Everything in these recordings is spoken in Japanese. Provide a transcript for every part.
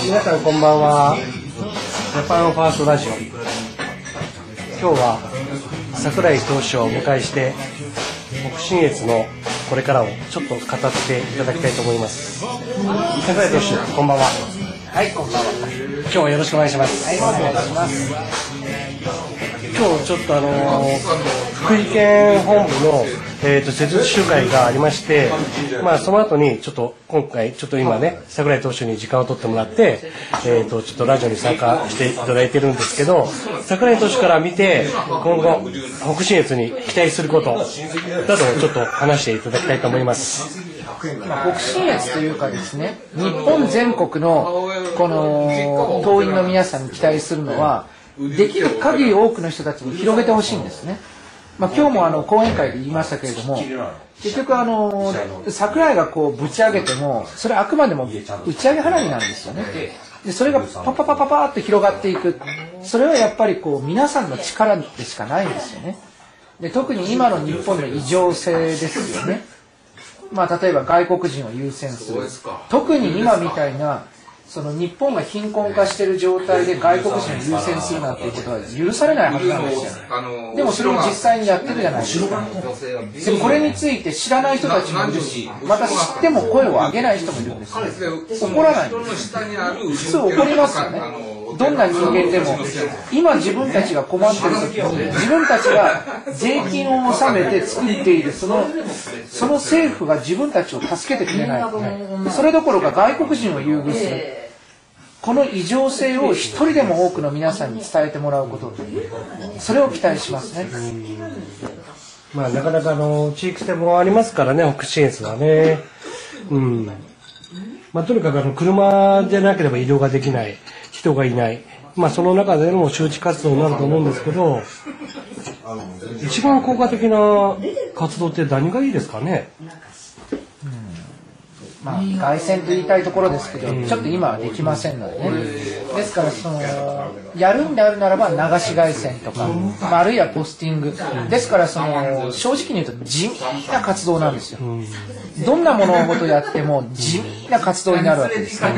皆さんこんばんは。ジャパンファーストラジオ。今日は櫻井投手をお迎えして北信越のこれからをちょっと語っていただきたいと思います。櫻井投手、こんばんは。 はい、こんばんは。 今日はよろしくお願いします。 はい、お願いします。 今日ちょっと福井県本部の施術集会がありまして、その後にちょっと今回ちょっと今ね櫻井投手に時間を取ってもらって、ちょっとラジオに参加していただいてるんですけど、櫻井投手から見て今後北信越に期待することなどをちょっと話していただきたいと思います。 北信越というかですね、日本全国のこの党員の皆さんに期待するのは、できる限り多くの人たちに広げてほしいんですね。今日も講演会で言いましたけれども、結局桜井がこうぶち上げてもそれあくまでも打ち上げ花火なんですよね。でそれがパパパパパーって広がっていく、それはやっぱりこう皆さんの力でしかないんですよね。で特に今の日本の異常性ですよね。例えば外国人を優先する、特に今みたいなその日本が貧困化している状態で外国人を優先するなんていうことは許されないはずなんですよ。でもそれを実際にやってるじゃないですか。でもこれについて知らない人たちもいるし、また知っても声を上げない人もいるんですよ。怒らないんです。普通怒りますよね。どんな人間でも今自分たちが困っている時に自分たちが税金を納めて作っているその政府が自分たちを助けてくれないとね、それどころか外国人を優遇する、この異常性を一人でも多くの皆さんに伝えてもらうこと、それを期待しますね。 なかなか地域性もありますからね、北信越はね。とにかく車でなければ移動ができない、人がいない、その中での周知活動になると思うんですけど、一番効果的な活動って何がいいですかね。 凱旋と言いたいところですけど、ちょっと今はできませんのでね。ですからやるんであるならば流し凱旋とか、あるいはポスティングですから、正直に言うと地味な活動なんですよ。どんな物事をやっても地味な活動になるわけですから、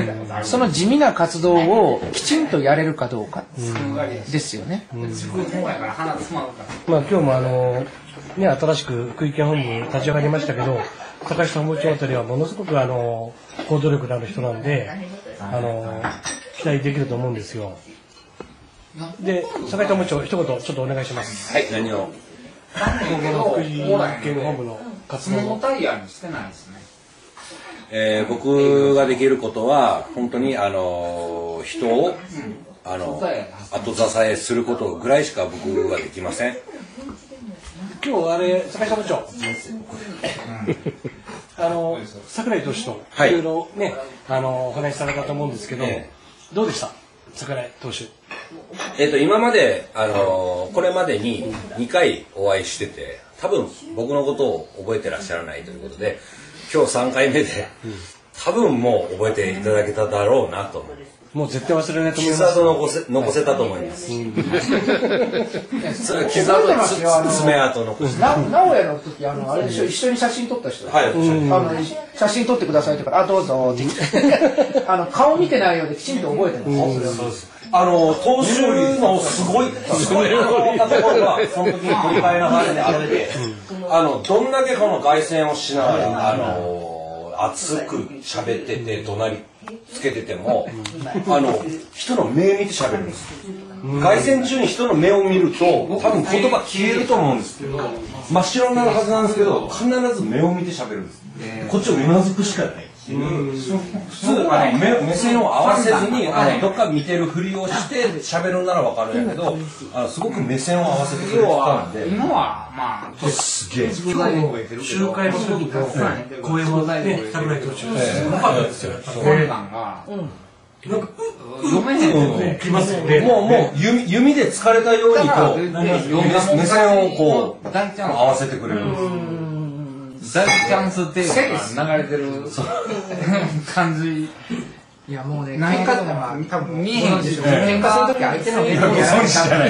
その地味な活動をきちんとやれるかどうかですよね。 今日も新しく福井県本部立ち上がりましたけど、高橋本部長あたりはものすごく行動力のある人なんで期待できると思うんですよ。で、高橋本部長一言ちょっとお願いします。 はい、何を？ 今後の福井県本部の活動を。 僕ができることは本当に人を後支えすることぐらいしか僕はできません。 今日坂下部長、櫻井投手といろいろね、お話しされたと思うんですけど、どうでした櫻井投手？ 今までこれまでに2回お会いしてて、多分僕のことを覚えてらっしゃらないということで、今日3回目で、多分もう覚えていただけただろうなと思う。 もう絶対忘れないと思います。 傷跡残せたと思います。それ傷跡爪痕残して。 名古屋の時あれでしょ、一緒に写真撮った人。はい。写真撮ってくださいとか、どうぞって言って顔見てないようできちんと覚えてます。 そうです。投手のすごいところはその時に振り返りの話であって、どんだけこの凱旋をしながら熱く喋ってて怒鳴りつけてても人の目見て喋るんです。凱旋中に人の目を見ると多分言葉消えると思うんですけど、真っ白になるはずなんですけど、必ず目を見て喋るんです。こっちをうなずくしかない。普通目線を合わせずにどっか見てるふりをして喋るならわかるんやけど、すごく目線を合わせてくれてたんで、 今はすげえ集会の時の声もね、櫻井投手すごかったですよ。 声感が読めへんきますよね。 もう弓で疲れたようにこう目線をこう合わせてくれるんです。 大チャンステーマが流れてる感じ。 いやもうね、 何か多分見えへんでしょ。喧嘩するとき相手のご存知じゃない。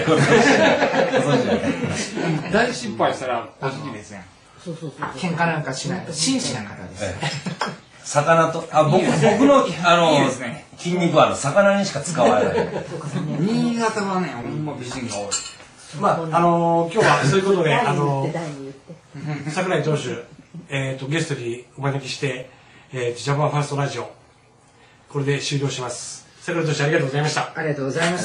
大失敗したらポジティブですやん。 喧嘩なんかしない。真摯な方です。 魚と、僕の、筋肉は魚にしか使われない。 新潟はね、ほんま美人が多い。 まあ、今日はそういうことで、櫻井投手、ゲストにお招きして、ジャパンファーストラジオ、これで終了します。櫻井投手ありがとうございました。 ありがとうございました。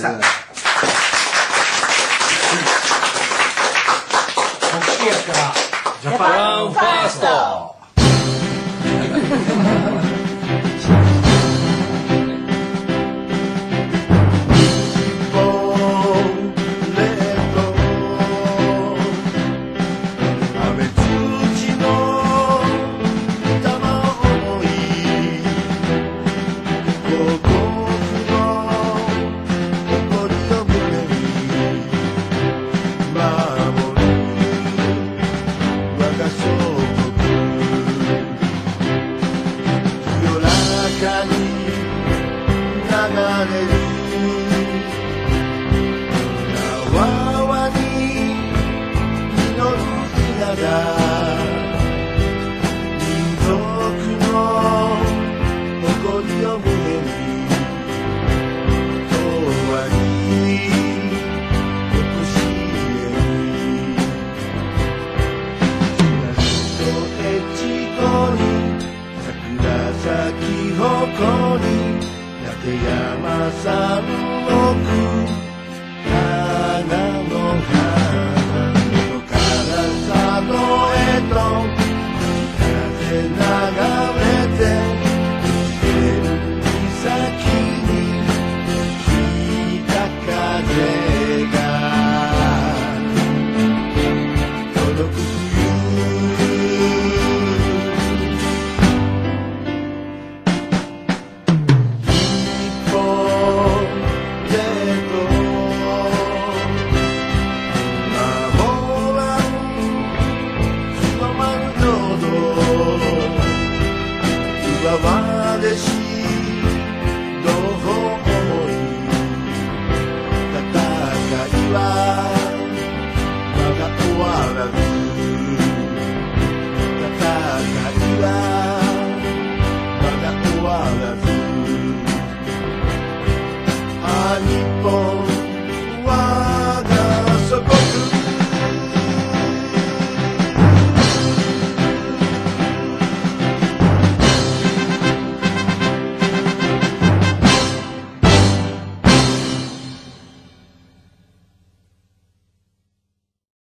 4月からジャパンファースト。 桜咲き誇り立山さん